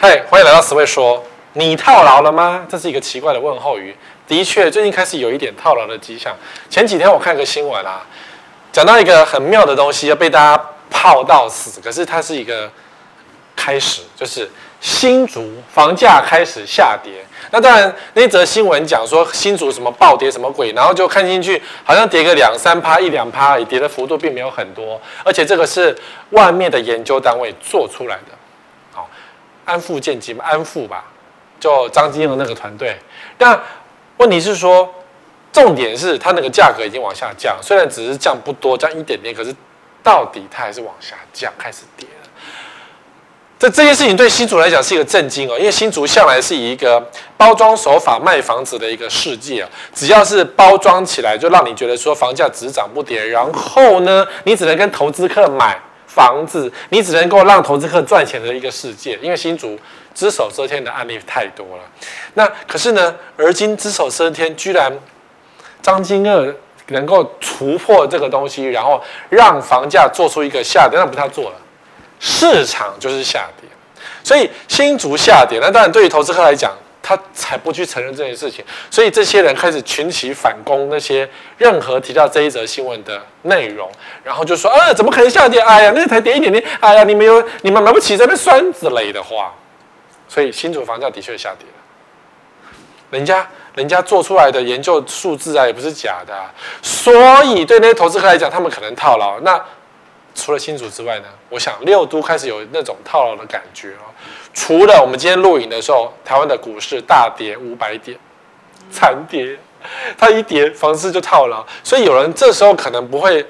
嗨，欢迎来到死会说。你套牢了吗？这是一个奇怪的问候语。的确，最近开始有一点套牢的迹象。前几天我看个新闻啊，讲到一个很妙的东西，要被大家泡到死。可是它是一个开始，就是新竹房价开始下跌。那当然，那则新闻讲说新竹什么暴跌什么鬼，然后就看进去好像跌个2-3%、1-2%，也跌的幅度并没有很多。而且这个是外面的研究单位做出来的。好，安富建基嘛，安富吧。就张金英那个团队，但问题是说，重点是它那个价格已经往下降，虽然只是降不多，降一点点，可是到底它还是往下降，开始跌了。这件事情对新竹来讲是一个震惊哦，因为新竹向来是以一个包装手法卖房子的一个世界，只要是包装起来，就让你觉得说房价只涨不跌，然后呢，你只能跟投资客买房子，你只能够让投资客赚钱的一个世界，因为新竹只手遮天的案例太多了。那可是呢，而今只手遮天，居然张金二能够突破这个东西，然后让房价做出一个下跌，那不是他做了，市场就是下跌。所以新竹下跌，那当然对于投资客来讲，他才不去承认这件事情，所以这些人开始群起反攻那些任何提到这一则新闻的内容，然后就说怎么可能下跌？哎呀，那才跌一点点，哎呀，你们买不起这边酸之类的话。所以新竹房价的确下跌了，人家做出来的研究数字啊，也不是假的啊。所以对那些投资客来讲，他们可能套牢。那除了新竹之外呢？我想六都开始有那种套牢的感觉哦。除了我们今天录影的时候，台湾的股市大跌500点，惨跌，它一跌房市就套牢。所以有人这时候可能不会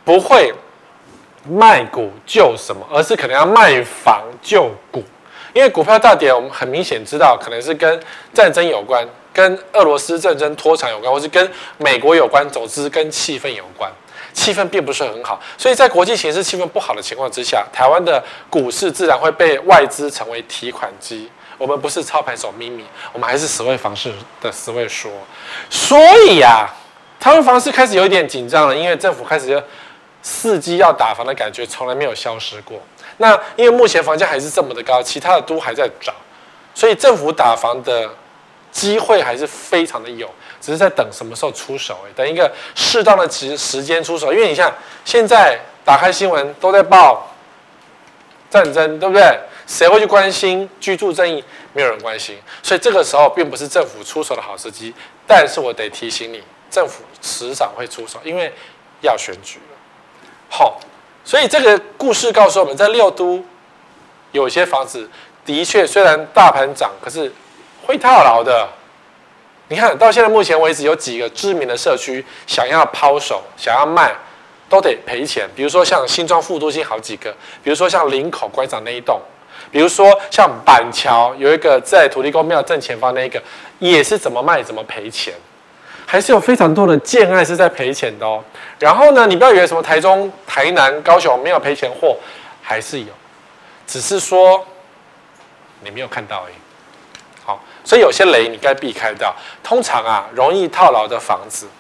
卖股救什么，而是可能要卖房救股。因为股票大跌，我们很明显知道，可能是跟战争有关，跟俄罗斯战争拖长有关，或是跟美国有关，总之跟气氛有关。气氛并不是很好，所以在国际形势气氛不好的情况之下，台湾的股市自然会被外资成为提款机。我们不是操盘手咪咪，我们还是死会房市的死会说。所以啊，台湾房市开始有一点紧张了，因为政府开始伺机要打房的感觉从来没有消失过。那因为目前房价还是这么的高，其他的都还在涨，所以政府打房的机会还是非常的有，只是在等什么时候出手，等一个适当的时间出手。因为你像现在打开新闻都在报战争，对不对？谁会去关心居住正义？没有人关心，所以这个时候并不是政府出手的好时机。但是我得提醒你，政府迟早会出手，因为要选举了。好。所以这个故事告诉我们，在六都有些房子的确虽然大盘涨，可是会套牢的。你看到现在目前为止，有几个知名的社区想要抛售、想要卖，都得赔钱。比如说像新庄副都心好几个，比如说像林口馆长那一栋，比如说像板桥有一个在土地公庙正前方那一个，也是怎么卖怎么赔钱。还是有非常多的建案是在赔钱的哦。然后呢，你不要以为什么台中、台南、高雄没有赔钱货，还是有，只是说你没有看到而已。好，所以有些雷你该避开掉。通常啊，容易套牢的房子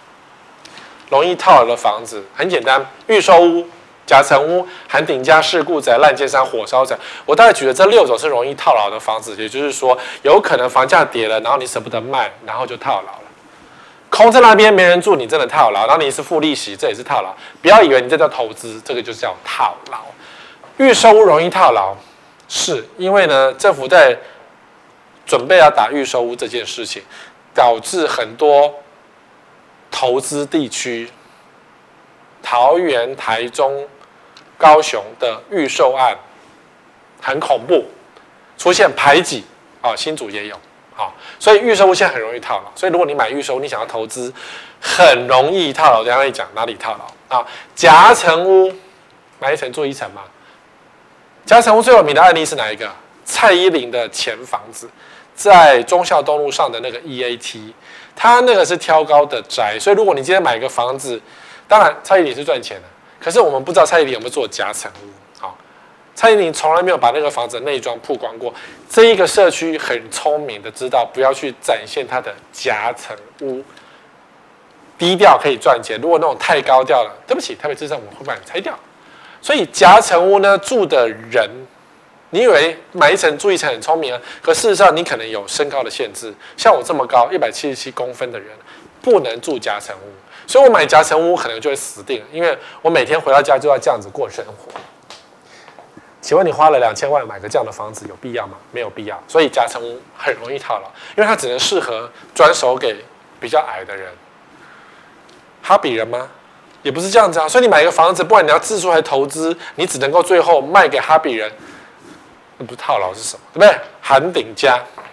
很简单，预售屋、夹层屋、含顶加事故宅、烂奸商、火烧宅。我大概举的这6种是容易套牢的房子，也就是说，有可能房价跌了，然后你舍不得卖，然后就套牢了。空在那边没人住，你真的套牢，然后你是付利息，这也是套牢。不要以为你这叫投资，这个就叫套牢。预售屋容易套牢，是因为呢，政府在准备要打预售屋这件事情，导致很多投资地区，桃园、台中、高雄的预售案很恐怖，出现排挤啊，新竹也有。好，所以预售屋现在很容易套牢，所以如果你买预售屋，你想要投资，很容易套牢。等一下跟你讲哪里套牢啊？夹层屋，买一层做一层嘛。夹层屋最有名的案例是哪一个？蔡依林的前房子，在忠孝东路上的那个 EAT， 它那个是挑高的宅，所以如果你今天买一个房子，当然蔡依林是赚钱的，可是我们不知道蔡依林有没有做夹层屋。蔡依林从来没有把那个房子的内装曝光过。这一个社区很聪明的知道不要去展现它的夹层屋，低调可以赚钱。如果那种太高调了，对不起，台北市政府会把你拆掉。所以夹层屋呢，住的人你以为买一层住一层很聪明啊？可事实上，你可能有身高的限制。像我这么高，177公分的人，不能住夹层屋，所以我买夹层屋可能就会死定了，因为我每天回到家就要这样子过生活。请问你花了2000万买个这样的房子，有必要吗？没有必要。所以夹层屋很容易套牢，因为它只能适合转手给比较矮的人。哈比人吗？也不是这样子啊。所以你买一个房子，不管你要自住还是投资，你只能够最后卖给哈比人。那不是套牢是什么？对不对？韩鼎家，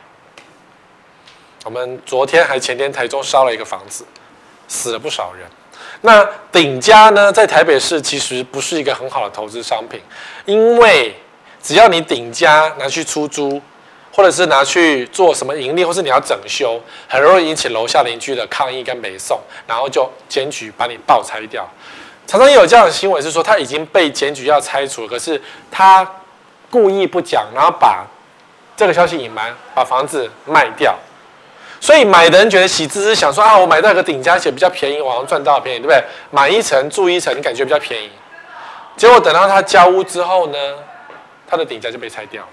我们昨天还前天台中烧了一个房子，死了不少人。那鼎家呢，在台北市其实不是一个很好的投资商品，因为只要你鼎家拿去出租，或者是拿去做什么盈利，或是你要整修，很容易引起楼下邻居的抗议跟北宋，然后就检举把你爆拆掉。常常也有这样的新闻是说，他已经被检举要拆除，可是他故意不讲，然后把这个消息隐瞒，把房子卖掉。所以买的人觉得喜滋滋，想说啊，我买到一个顶家且比较便宜，我好像赚到便宜，对不对？买一层住一层，你感觉比较便宜。结果等到他交屋之后呢，他的顶家就被拆掉了，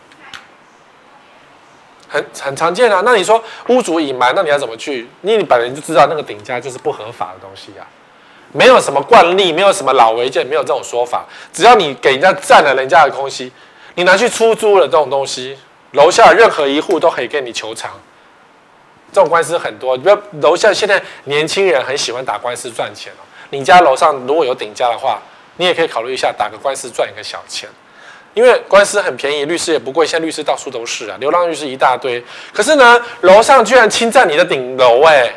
很常见啊。那你说屋主隐瞒，那你要怎么去？你本来就知道那个顶家就是不合法的东西啊，没有什么惯例，没有什么老违建，没有这种说法。只要你给人家占了人家的东西，你拿去出租了这种东西，楼下任何一户都可以跟你求偿。这种官司很多，不要楼下现在年轻人很喜欢打官司赚钱哦。你家楼上如果有顶家的话，你也可以考虑一下打个官司赚一个小钱，因为官司很便宜，律师也不贵，现在律师到处都是啊，流浪律师一大堆。可是呢，楼上居然侵占你的顶楼，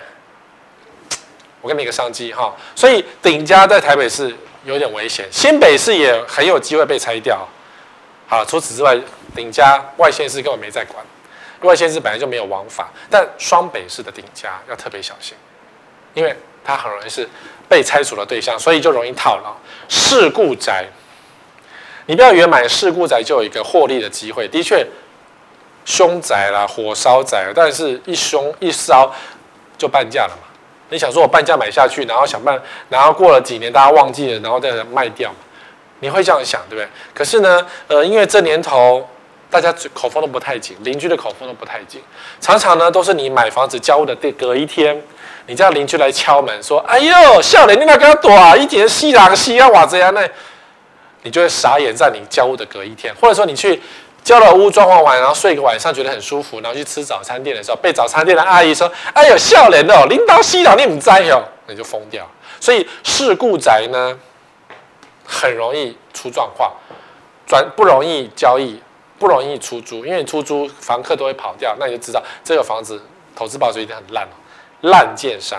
我给你一个商机哈。所以顶家在台北市有点危险，新北市也很有机会被拆掉。好，除此之外，顶家外县市根本没在管。外县市本来就没有王法，但双北市的顶家要特别小心，因为它很容易是被拆除的对象，所以就容易套牢。事故宅，你不要以为买事故宅就有一个获利的机会，的确，凶宅啦、火烧宅，但是一凶一烧就半价了嘛。你想说我半价买下去，然后然后过了几年大家忘记了，然后再卖掉嘛？你会这样想，对不对？可是呢，因为这年头。大家口风都不太紧，邻居的口风都不太紧，常常呢都是你买房子交屋的隔一天，你叫邻居来敲门说：“哎呦，少年你那个大，一节西人西啊哇这样那，你就会傻眼在你交屋的隔一天，或者说你去交了屋装潢完，然后睡个晚上觉得很舒服，然后去吃早餐店的时候，被早餐店的阿姨说：“哎呦，少年哦，领导西人你唔知哦，你就疯掉。所以事故宅呢，很容易出状况，不容易交易。不容易出租，因为你出租房客都会跑掉，那你就知道这个房子投资报酬一定很烂哦。烂建商，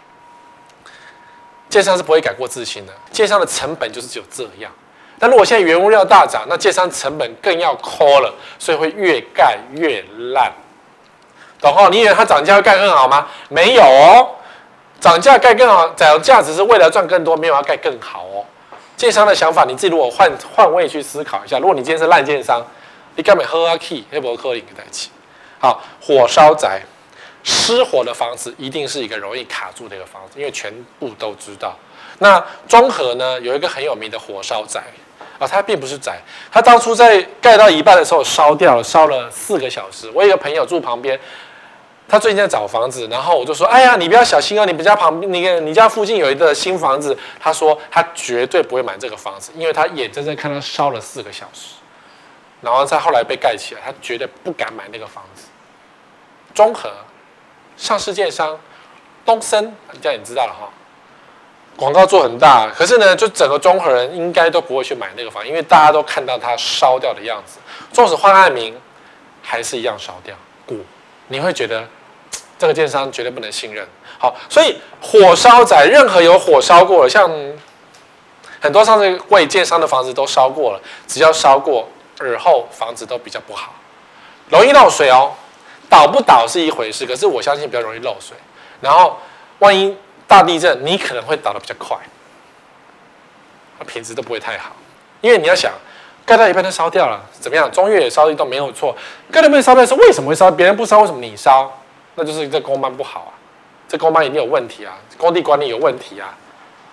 建商是不会改过自新的，建商的成本就是只有这样。但如果现在原物料大涨，那建商成本更要抠了，所以会越盖越烂。懂哦？你以为它涨价会盖更好吗？没有哦，涨价盖更好，涨价只是为了赚更多，没有要盖更好哦。建商的想法，你自己如果换位去思考一下，如果你今天是烂建商。你根本喝啊 key， 黑伯克林在一起。好，火烧宅，失火的房子一定是一个容易卡住的一个房子，因为全部都知道。那中和呢，有一个很有名的火烧宅啊，它并不是宅，它当初在盖到一半的时候烧掉了，烧了4个小时。我有一个朋友住旁边，他最近在找房子，然后我就说：“哎呀，你不要小心哦，你家旁边你家附近有一个新房子。”他说他绝对不会买这个房子，因为他眼睁睁看他烧了4个小时。然后再后来被盖起来，他绝对不敢买那个房子。中和上市建商东森，这样你知道了哈，广告做很大，可是呢，就整个中和人应该都不会去买那个房，因为大家都看到它烧掉的样子，纵使换案名，还是一样烧掉。你会觉得这个建商绝对不能信任。好，所以火烧宅，任何有火烧过的，像很多上次为建商的房子都烧过了，只要烧过。日后房子都比较不好，容易漏水哦。倒不倒是一回事，可是我相信比较容易漏水。然后万一大地震，你可能会倒得比较快，品质都不会太好。因为你要想，盖到一半它烧掉了，怎么样？中越也烧都没有错，盖到一半烧掉是为什么会烧？别人不烧，为什么你烧？那就是这工班不好啊，这工班一定有问题啊，工地管理有问题啊。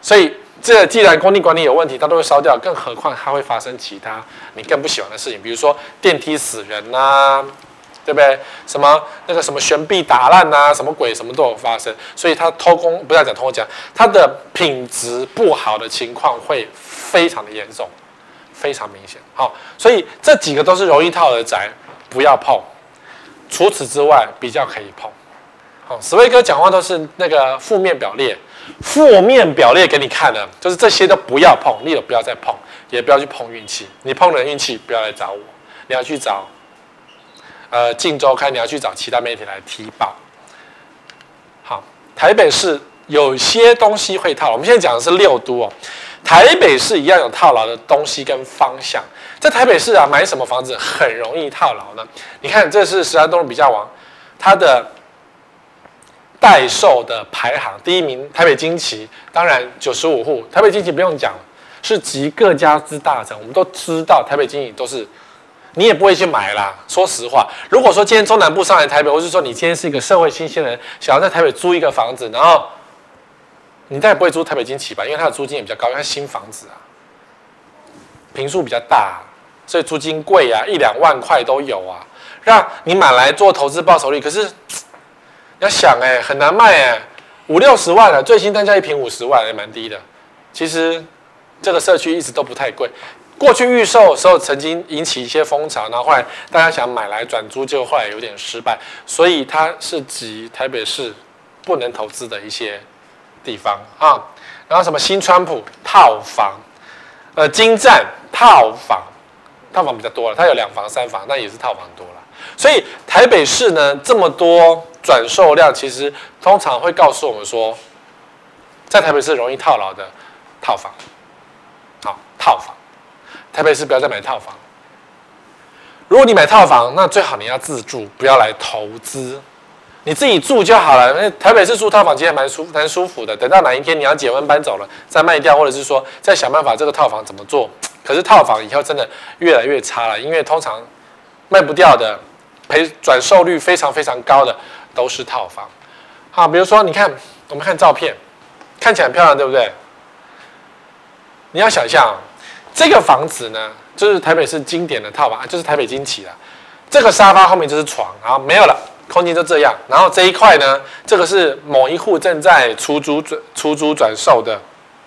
所以这既然工地管理有问题，它都会烧掉，更何况它会发生其他你更不喜欢的事情，比如说电梯死人啊，对不对？什么那个什么悬臂打烂啊，什么鬼什么都有发生，所以它偷工不要讲偷工讲，它的品质不好的情况会非常的严重，非常明显。好，所以这几个都是容易套的宅，不要碰。除此之外，比较可以碰。好，史威哥讲话都是那个负面表列，负面表列给你看的，就是这些都不要碰，你也不要再碰，也不要去碰运气。你碰了运气，不要来找我，你要去找镜周刊，你要去找其他媒体来提报。好，台北市有些东西会套牢，我们现在讲的是6都哦。台北市一样有套牢的东西跟方向。在台北市啊，买什么房子很容易套牢呢？你看，这是13东路比价网，它的待售的排行，第1名台北金旗，当然95户。台北金旗不用讲了，是集各家之大成。我们都知道台北金旗都是，你也不会去买啦。说实话，如果说今天中南部上来台北，或是说你今天是一个社会新鲜人，想要在台北租一个房子，然后你当然不会租台北金旗吧，因为它的租金也比较高，因为它是新房子啊，坪数比较大，所以租金贵啊，1、2万块都有啊，让你买来做投资报酬率。可是你要想很难卖5、60万了，最新单价1坪50万，也蛮低的。其实这个社区一直都不太贵，过去预售的时候曾经引起一些风潮，然后后来大家想买来转租，结果后来有点失败，所以它是集台北市不能投资的一些地方啊。然后什么新川普套房，金站套房比较多了，它有2房3房，那也是套房多了。所以台北市呢这么多转售量，其实通常会告诉我们说，在台北市容易套牢的套房，好，套房，台北市不要再买套房。如果你买套房，那最好你要自住，不要来投资。你自己住就好了。因为台北市住套房其实蛮舒服的。等到哪一天你要结婚搬走了，再卖掉，或者是说再想办法这个套房怎么做。可是套房以后真的越来越差了，因为通常卖不掉的、转售率非常非常高的都是套房。好，比如说你看，我们看照片，看起来很漂亮，对不对？你要想象这个房子呢，就是台北市经典的套房，就是台北金旗了。这个沙发后面就是床，然后没有了。空间就这样，然后这一块呢，这个是某一户正在出租转售的，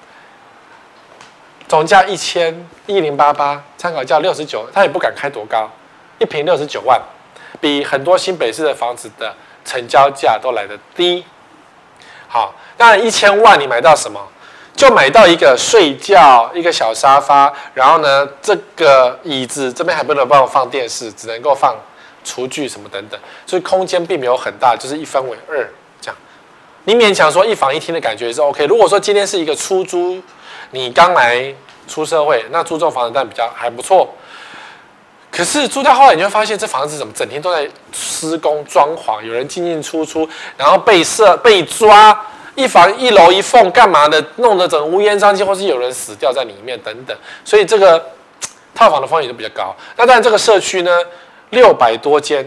总价1088，参考价69，他也不敢开多高，1坪69万，比很多新北市的房子的成交价都来得低。好，当然1000万你买到什么？就买到一个睡觉一个小沙发，然后呢，这个椅子这边还不能帮我放电视，只能够放厨具什么等等，所以空间并没有很大，就是1分为2这样。你勉强说1房1厅的感觉是 OK。如果说今天是一个出租，你刚来出社会，那租这种房子当然比较还不错。可是租到后来，你会发现这房子怎么整天都在施工装潢，有人进出，然后被抓，1房1楼1缝干嘛的，弄得整个乌烟瘴气，或是有人死掉在里面等等。所以这个套房的风险就比较高。那当然这个社区呢，600多间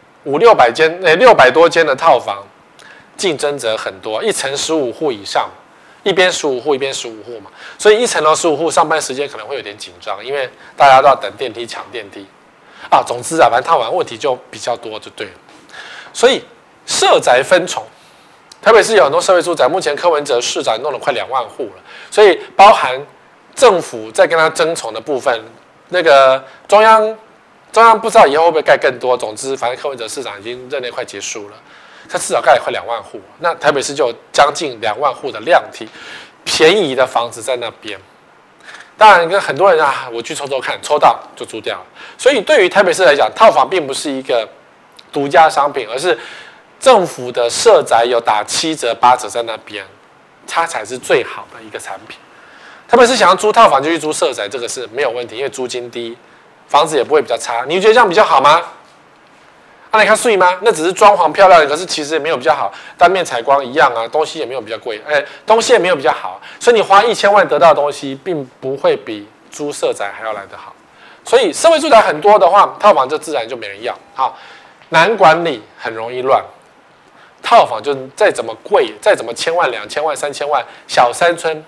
，600多间的套房，竞争者很多，一层15户以上，一边15户一边15户嘛，所以一层楼15户，上班时间可能会有点紧张，因为大家都要等电梯抢电梯啊。总之啊，反正套房问题就比较多就对了。所以社宅分重，台北市有很多社会住宅，目前柯文哲市长弄了快2万户了，所以包含政府在跟他争宠的部分，那个中央不知道以后会不会盖更多。总之，反正柯文哲市长已经任内快结束了，他至少盖了快2万户。那台北市就有将近2万户的量体，便宜的房子在那边。当然，跟很多人啊，我去抽看，抽到就租掉了。所以对于台北市来讲，套房并不是一个独家商品，而是政府的社宅有打7折、8折在那边，它才是最好的一个产品。台北市想要租套房就去租社宅，这个是没有问题，因为租金低。房子也不会比较差，你觉得这样比较好吗？你看税吗？那只是装潢漂亮，可是其实也没有比较好，单面采光一样啊，东西也没有比较贵，东西也没有比较好，所以你花1000万得到的东西，并不会比租社宅还要来得好。所以社会住宅很多的话，套房就自然就没人要。好，难管理，很容易乱。 套房就再怎么贵，再怎么千万、2000万、3000万，小山村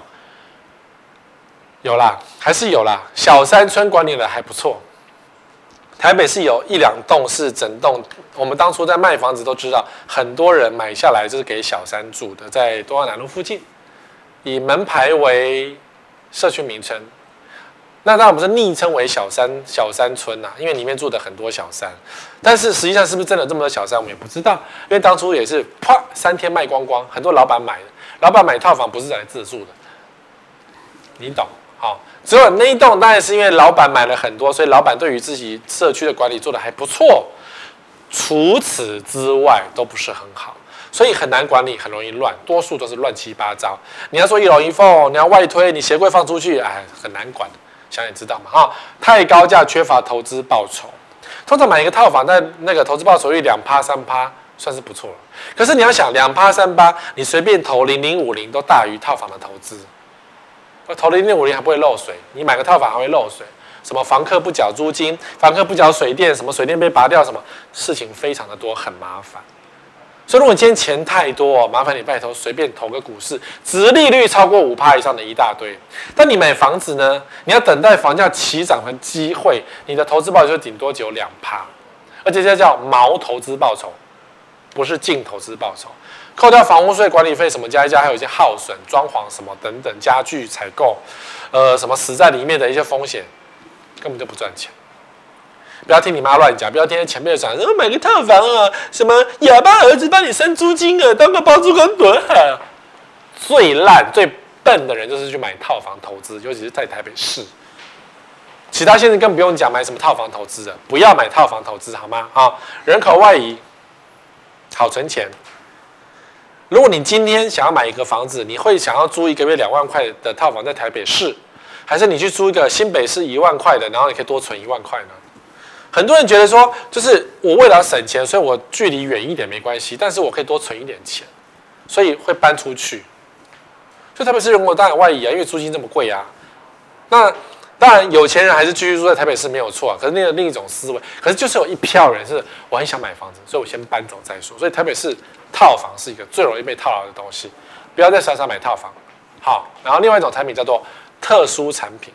有啦，还是有啦。小山村管理的还不错。台北市有1、2栋是整栋，我们当初在卖房子都知道，很多人买下来就是给小三住的，在东华南路附近，以门牌为社区名称。那当然不是昵称为小山村呐、因为里面住的很多小三，但是实际上是不是真的这么多小三，我们也不知道，因为当初也是啪3天卖光光，很多老板买的，老板买套房不是来自住的，你懂？好，只有那一栋当然是因为老板买了很多，所以老板对于自己社区的管理做得还不错。除此之外都不是很好，所以很难管理，很容易乱，多数都是乱七八糟。你要说一楼一凤，你要外推，你鞋柜放出去，哎，很难管。想也知道嘛，哈，太高价，缺乏投资报酬。通常买一个套房，但那个投资报酬率2%、3%，算是不错了。可是你要想2%、3%，你随便投0050都大于套房的投资。投0050还不会漏水，你买个套房还会漏水，什么房客不缴租金，房客不缴水电，什么水电被拔掉，什么事情非常的多，很麻烦。所以如果你今天钱太多，麻烦你拜托随便投个股市，殖利率超过5%以上的一大堆。但你买房子呢，你要等待房价起涨的机会，你的投资报酬顶多只有2%，而且这叫毛投资报酬，不是净投资报酬。扣掉房屋税、管理费什么加一加，还有一些耗损、装潢什么等等，家具采购，什么死在里面的一些风险，根本就不赚钱。不要听你妈乱讲，不要听前面的讲，买个套房啊，什么哑巴儿子帮你生租金啊，当个包租公多好。最烂、最笨的人就是去买套房投资，尤其是在台北市。其他县市更不用讲，买什么套房投资的，不要买套房投资好吗？啊，人口外移，好存钱。如果你今天想要买一个房子，你会想要租一个月2万块的套房在台北市，还是你去租一个新北市1万块的，然后你可以多存1万块呢？很多人觉得说，就是我为了要省钱，所以我距离远一点没关系，但是我可以多存一点钱，所以会搬出去。所以台北市人口当然外移啊，因为租金这么贵啊。那当然有钱人还是继续住在台北市没有错啊，可是那个另一种思维，可是就是有一票人是我很想买房子，所以我先搬走再说。所以台北市套房是一个最容易被套牢的东西，不要在山上买套房。好，然后另外一种产品叫做特殊产品，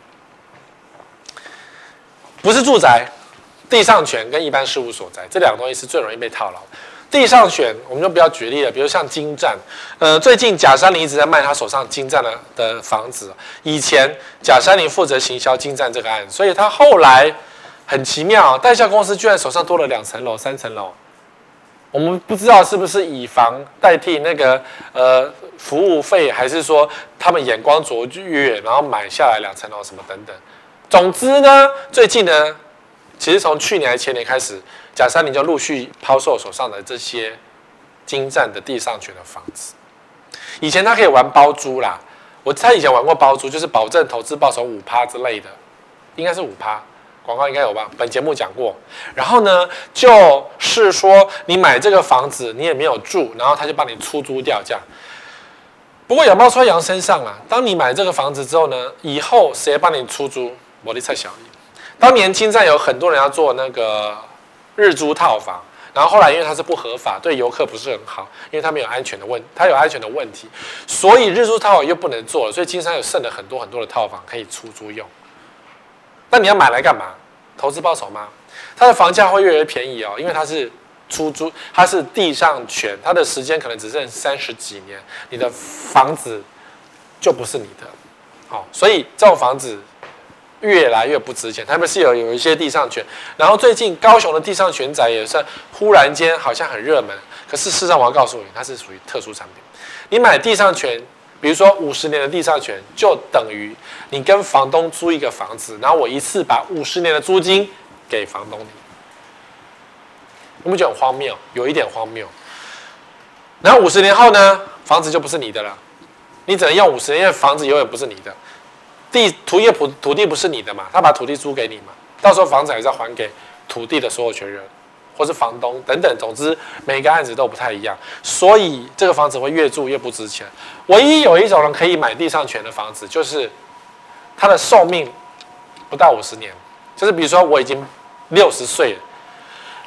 不是住宅，地上权跟一般事务所宅这2个东西是最容易被套牢的。地上权我们就不要举例了，比如像金站，最近甲山林一直在卖他手上金站的房子。以前甲山林负责行销金站这个案子，所以他后来很奇妙，代销公司居然手上多了2层楼、3层楼。我们不知道是不是以房代替那个服务费，还是说他们眼光卓越，然后买下来2层楼什么等等。总之呢，最近呢，其实从去年还前年开始，甲山林就陆续抛售手上的这些金站的地上权的房子。以前他可以玩包租啦，他以前玩过包租，就是保证投资报酬5%之类的，应该是5%。广告应该有吧？本节目讲过。然后呢，就是说你买这个房子，你也没有住，然后他就帮你出租掉这样。不过羊毛出在羊身上啊，当你买这个房子之后呢，以后谁帮你出租，我的菜小姨。当年金站有很多人要做那个日租套房，然后后来因为它是不合法，对游客不是很好，因为它没有安全的问题，所以日租套房又不能做了，所以金山有剩了很多很多的套房可以出租用。那你要买来干嘛？投资报酬吗？它的房价会越来越便宜哦，因为它是出租，它是地上权，它的时间可能只剩30几年，你的房子就不是你的。好，所以这种房子越来越不值钱。台北市有一些地上权，然后最近高雄的地上权宅也是忽然间好像很热门，可是事实上我要告诉你，它是属于特殊产品。你买地上权，比如说50年的地上权，就等于你跟房东租一个房子，然后我一次把50年的租金给房东你。你不觉得很荒谬？有一点荒谬。然后50年后呢，房子就不是你的了，你只能用50年，因为房子永远不是你的。土地不是你的嘛，他把土地租给你嘛，到时候房子还是要还给土地的所有权人，或是房东等等。总之，每个案子都不太一样，所以这个房子会越住越不值钱。唯一有一种人可以买地上权的房子，就是它的寿命不到50年，就是比如说我已经60岁了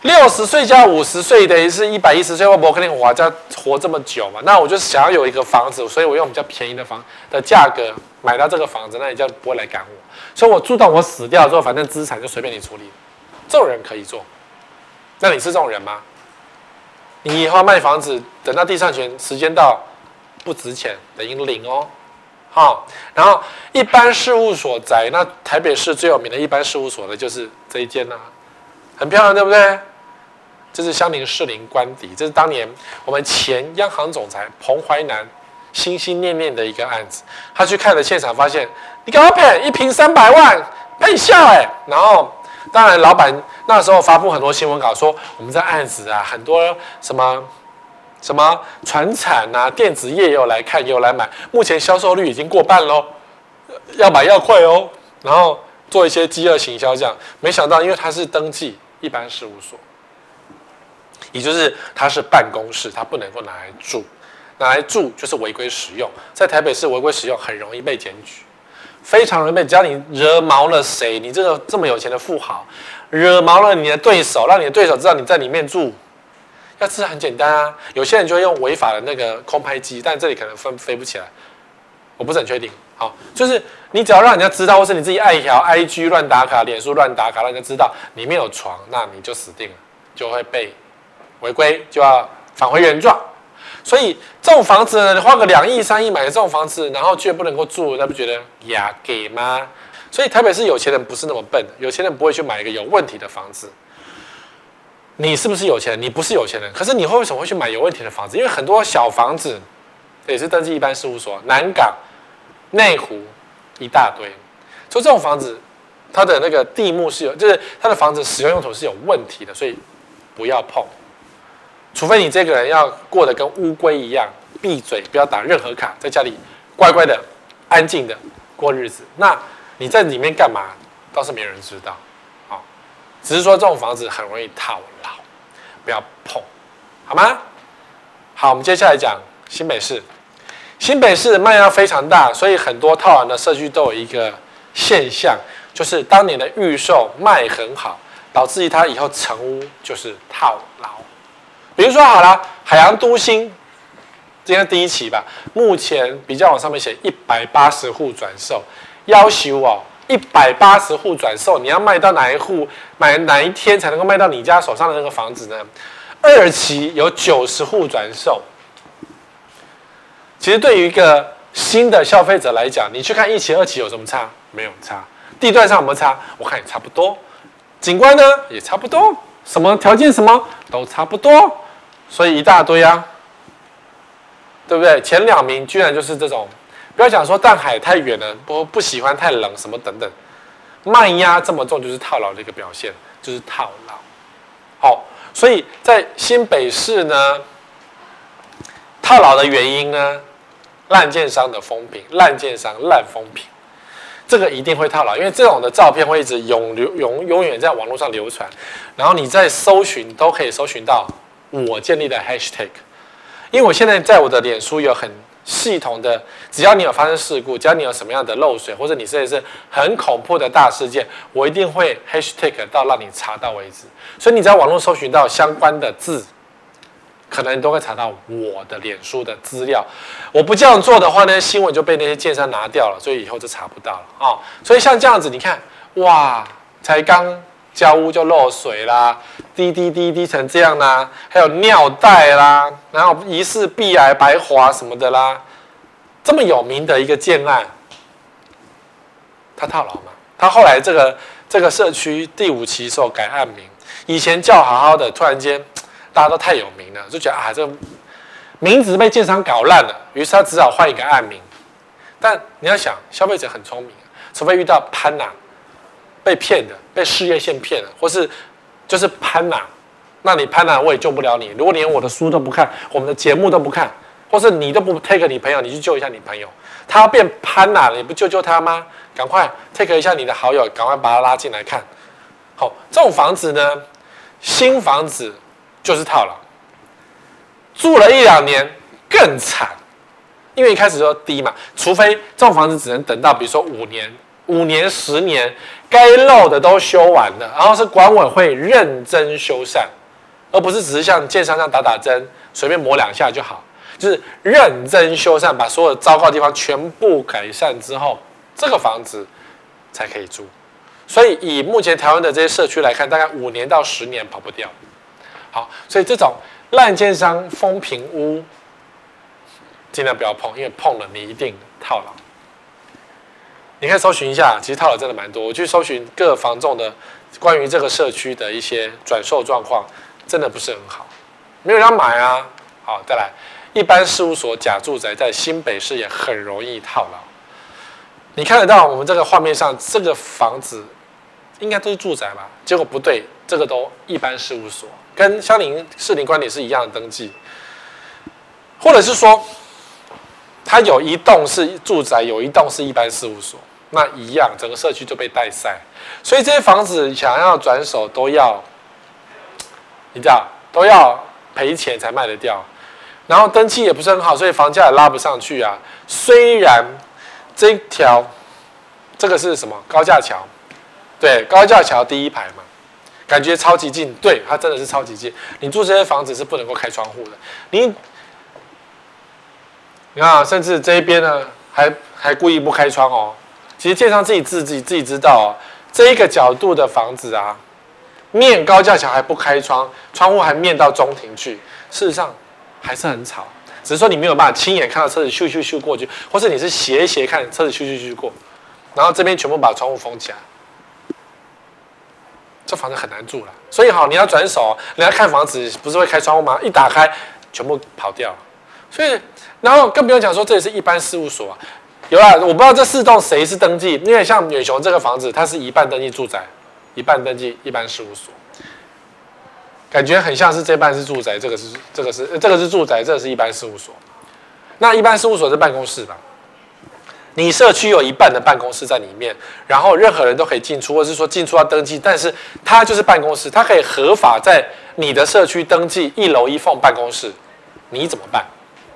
60岁加50岁等于是110岁，我不可能活这么久嘛？那我就想要有一个房子，所以我用比较便宜的价格买到这个房子，那你就不会来赶我。所以我住到我死掉之后，反正资产就随便你处理。这种人可以做。那你是这种人吗？你以后卖房子，等到地上权时间到不值钱，等于零哦。好，然后一般事务所宅，那台北市最有名的一般事务所的就是这一间呐、很漂亮，对不对？这是香林士林官邸，这是当年我们前央行总裁彭淮南心心念念的一个案子。他去看了现场，发现你给我骗1坪300万，骗笑哎！然后当然老板那时候发布很多新闻稿说，我们这案子啊，很多什么传产啊、电子业也有来看，也有来买，目前销售率已经过半喽，要买要快哦。然后做一些饥饿行销这样，没想到因为他是登记一般事务所。也就是它是办公室，它不能够拿来住，拿来住就是违规使用。在台北市违规使用很容易被检举，非常容易被。只要你惹毛了谁，你这么有钱的富豪，惹毛了你的对手，让你的对手知道你在里面住，要治很简单啊。有些人就会用违法的那个空拍机，但这里可能飞不起来，我不是很确定。好，就是你只要让人家知道，或是你自己爱一条 IG 乱打卡、脸书乱打卡，让人家知道里面有床，那你就死定了，就会被违规，就要返回原状。所以这种房子呢，你花个2亿、3亿买个这种房子，然后却不能够住，那不觉得呀给吗？所以台北市有钱人不是那么笨，有钱人不会去买一个有问题的房子。你是不是有钱人？你不是有钱人，可是你为什么会去买有问题的房子？因为很多小房子也是登记一般事务所，南港、内湖一大堆，所以这种房子它的那个地目是有，就是它的房子使用用途是有问题的，所以不要碰。除非你这个人要过得跟乌龟一样，闭嘴，不要打任何卡，在家里乖乖的、安静的过日子。那你在里面干嘛，倒是没人知道。好，只是说这种房子很容易套牢，不要碰，好吗？好，我们接下来讲新北市。新北市的卖压非常大，所以很多套牢的社区都有一个现象，就是当年的预售卖很好，导致于它以后成屋就是套牢。比如说好了，海洋都心，今天第一期吧，目前比较网上面写180户转售，要求哦，180户转售，你要卖到哪一户，买哪一天才能够卖到你家手上的那个房子呢？2期有90户转售。其实对于一个新的消费者来讲，你去看1期、2期有什么差？没有差。地段上有没有差？我看也差不多。景观呢也差不多，什么条件什么都差不多。所以一大堆啊，对不对？前2名居然就是这种，不要讲说淡海太远了，不喜欢太冷什么等等，卖压这么重就是套牢的一个表现，就是套牢。好，所以在新北市呢，套牢的原因呢，烂建商的风评，烂建商烂风评，这个一定会套牢，因为这种的照片会一直永远在网络上流传，然后你在搜寻都可以搜寻到我建立的 hashtag， 因为我现在在我的脸书有很系统的，只要你有发生事故，只要你有什么样的漏水，或者你这是很恐怖的大事件，我一定会 hashtag 到让你查到为止。所以你在网络搜寻到相关的字，可能你都会查到我的脸书的资料。我不这样做的话呢，新闻就被那些建商拿掉了，所以以后就查不到了啊、哦。所以像这样子，你看，哇，才刚交屋就漏水啦，滴成这样啦，还有尿袋啦，然后疑似壁癌白滑什么的啦，这么有名的一个建案，他套牢嘛？他后来这个社区第5期时候改案名，以前叫好好的，突然间大家都太有名了，就觉得啊这个名字被建商搞烂了，于是他只好换一个案名。但你要想，消费者很聪明，除非遇到潘娜。被骗的，被事业线骗了，或是就是潘娜，那你潘娜我也救不了你。如果连我的书都不看，我们的节目都不看，或是你都不 take 你朋友，你去救一下你朋友，他要变潘娜了，你不救他吗？赶快 take 一下你的好友，赶快把他拉进来看。好，这种房子呢，新房子就是套牢，住了1、2年更惨，因为一开始就低嘛，除非这种房子只能等到比如说5年。 5年、10年，该漏的都修完了，然后是管委会认真修缮，而不是只是像建商上打打针，随便磨2下就好，就是认真修缮，把所有糟糕的地方全部改善之后，这个房子才可以住。所以以目前台湾的这些社区来看，大概5年到10年跑不掉。好，所以这种烂建商风评屋，尽量不要碰，因为碰了你一定套牢。你可以搜寻一下，其实套牢真的蛮多。我去搜寻各房仲的关于这个社区的一些转售状况，真的不是很好，没有人要买啊。好，再来，一般事务所假住宅在新北市也很容易套牢。你看得到我们这个画面上这个房子应该都是住宅吧？结果不对，这个都一般事务所，跟相邻士林官邸是一样的登记，或者是说，它有一栋是住宅，有一栋是一般事务所，那一样，整个社区就被带塞。所以这些房子想要转手都要，你知道，都要赔钱才卖得掉。然后登记也不是很好，所以房价也拉不上去啊。虽然这个是什么高架桥？对，高架桥第一排嘛，感觉超级近。对，它真的是超级近。你住这些房子是不能够开窗户的。你看，甚至这一边呢，还故意不开窗哦。其实建商自己知道哦，这一个角度的房子啊，面高架桥还不开窗，窗户还面到中庭去，事实上还是很吵。只是说你没有办法亲眼看到车子咻咻咻过去，或是你是斜看车子咻咻咻过，然后这边全部把窗户封起来，这房子很难住了。所以好，你要转手，人家看房子不是会开窗户吗？一打开，全部跑掉。所以，然后更不用讲说这也是一般事务所啊。有啦，我不知道这4栋谁是登记，因为像远雄这个房子，它是一半登记住宅，一半登记一般事务所，感觉很像是这半是住宅，这个是住宅，这个是一般事务所。那一般事务所是办公室吧？你社区有一半的办公室在里面，然后任何人都可以进出，或是说进出要登记，但是它就是办公室，它可以合法在你的社区登记1楼1凤办公室，你怎么办？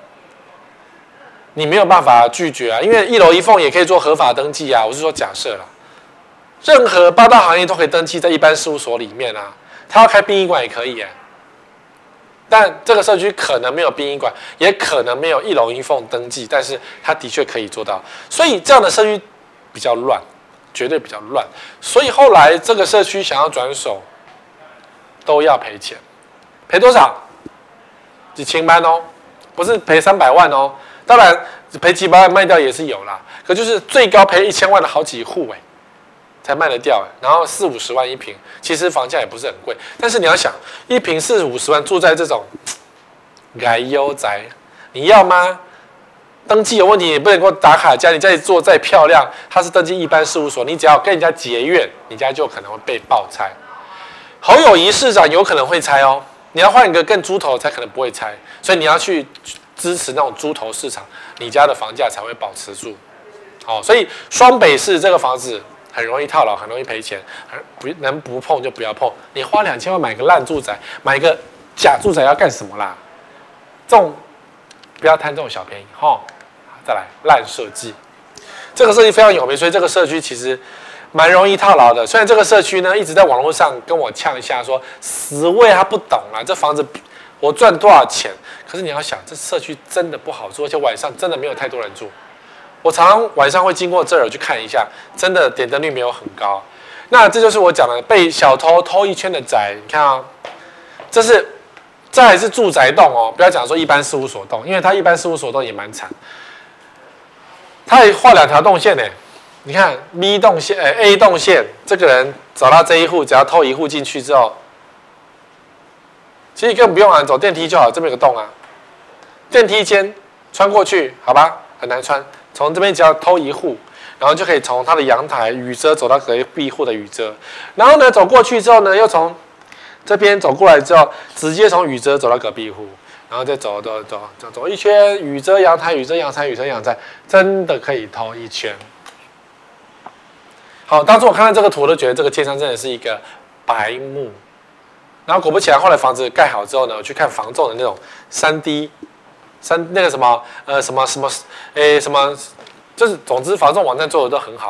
你没有办法拒绝啊，因为1楼1凤也可以做合法登记啊。我是说假设啦，任何8大行业都可以登记在一般事务所里面啊。他要开殡仪馆也可以耶，但这个社区可能没有殡仪馆，也可能没有1楼1凤登记，但是他的确可以做到。所以这样的社区比较乱，绝对比较乱。所以后来这个社区想要转手，都要赔钱，赔多少？几千万哦，不是赔300万哦。当然赔几百万卖掉也是有啦，可就是最高赔1000万的好几户才卖得掉然后40-50万一坪，其实房价也不是很贵，但是你要想，一坪40-50万住在这种矮优宅，你要吗？登记有问题，你不能够打卡家，你家里做再漂亮，它是登记一般事务所，你只要跟人家结怨，你家就可能会被爆拆。侯友宜市长有可能会拆哦，你要换一个更猪头才可能不会拆，所以你要去支持那种猪头市场，你家的房价才会保持住。好，所以双北市这个房子很容易套牢，很容易赔钱，能不碰就不要碰。你花2000万买个烂住宅，买个假住宅要干什么啦？这种不要贪这种小便宜哈。再来烂设计，这个设计非常有名，所以这个社区其实蛮容易套牢的。虽然这个社区呢一直在网络上跟我呛一下说，死位他不懂啦，这房子我赚多少钱？可是你要想，这社区真的不好住，而且晚上真的没有太多人住。我常常晚上会经过这儿去看一下，真的点灯率没有很高。那这就是我讲的被小偷偷一圈的宅，你看啊，这还是住宅栋哦，不要讲说一般事务所栋，因为它一般事务所栋也蛮惨。它还画2条动线呢，你看 B 动线，A 动线，这个人找到这一户，只要偷一户进去之后，其实根本不用走电梯就好，这边有个洞啊，电梯间穿过去，好吧，很难穿。从这边只要偷一户，然后就可以从他的阳台雨遮走到隔壁户的雨遮，然后呢走过去之后呢，又从这边走过来之后，直接从雨遮走到隔壁户，然后再走一圈，雨遮阳台，雨遮阳台，雨遮阳台，真的可以偷一圈。好，当初我看到这个图，都觉得这个建商真的是一个白目。然后果不其然，后来房子盖好之后呢，我去看房仲的那种3D。那个什么就是总之房仲网站做的都很好，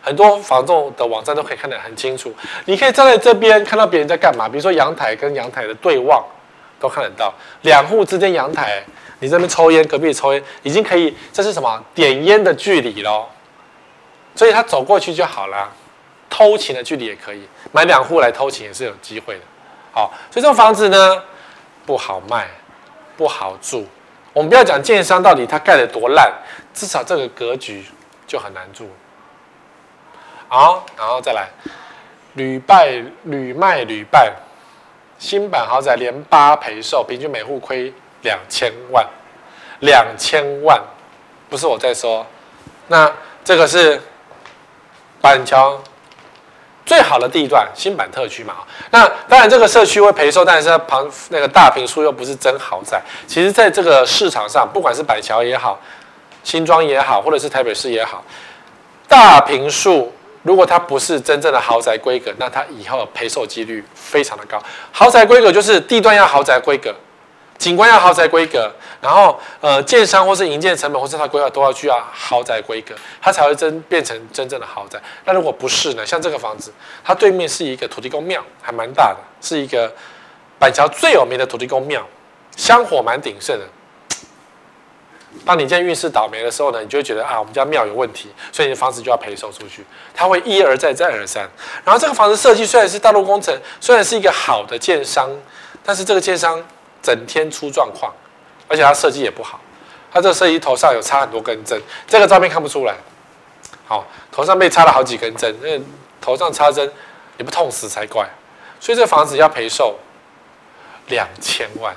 很多房仲的网站都可以看得很清楚。你可以站在这边看到别人在干嘛，比如说阳台跟阳台的对望都看得到，两户之间阳台，你这边抽烟，隔壁抽烟，已经可以，这是什么点烟的距离咯，所以他走过去就好了。偷情的距离也可以，买两户来偷情也是有机会的。好，所以这种房子呢不好卖，不好住。我们不要讲建商到底他盖得多烂，至少这个格局就很难住。好，然后再来，屡卖屡败，新版豪宅连8赔售，平均每户亏2000万，2000万，不是我在说，那这个是板桥最好的地段，新版特区嘛。那当然这个社区会赔售，但是它旁那个大坪数又不是真豪宅。其实在这个市场上，不管是板桥也好，新庄也好，或者是台北市也好，大坪数如果它不是真正的豪宅规格，那它以后的赔售几率非常的高。豪宅规格就是地段要豪宅规格，景观要豪宅规格，然后建商或是营建成本或是它规划都要需要豪宅规格，它才会变成真正的豪宅。那如果不是呢？像这个房子，它对面是一个土地公庙，还蛮大的，是一个板桥最有名的土地公庙，香火蛮鼎盛的。当你今天运势倒霉的时候呢，你就会觉得啊，我们家庙有问题，所以你的房子就要赔售出去。它会一而再，再而三。然后这个房子设计虽然是大陆工程，虽然是一个好的建商，但是这个建商整天出状况，而且它设计也不好。它这个设计头上有插很多根针，这个照片看不出来。好，头上被插了好几根针，那头上插针你不痛死才怪。所以这房子要赔售2000万，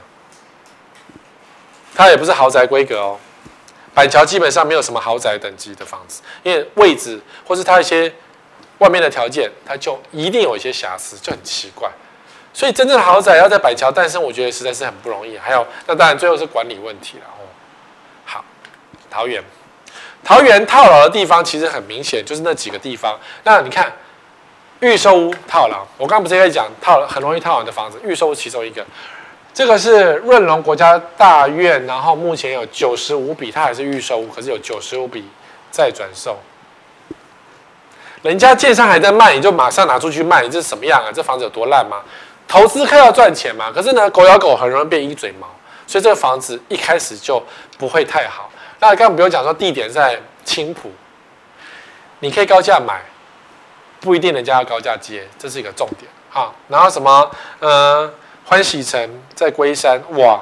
它也不是豪宅规格哦。板桥基本上没有什么豪宅等级的房子，因为位置或是它一些外面的条件，它就一定有一些瑕疵，就很奇怪。所以真正的豪宅要在板桥诞生，我觉得实在是很不容易。还有，那当然最后是管理问题了哦。好，桃园套牢的地方其实很明显，就是那几个地方。那你看，预售屋套牢，我刚刚不是在讲很容易套牢的房子，预售屋其中一个。这个是润隆国家大院，然后目前有95笔，它还是预售屋，可是有95笔再转售。人家建商还在卖，你就马上拿出去卖，你这是什么样啊？这房子有多烂吗？投资客要赚钱嘛，可是呢，狗咬狗很容易变鹰嘴毛，所以这个房子一开始就不会太好。那刚刚不用讲说地点在青埔，你可以高价买，不一定人家要高价接，这是一个重点啊。然后什么欢喜城在龟山，哇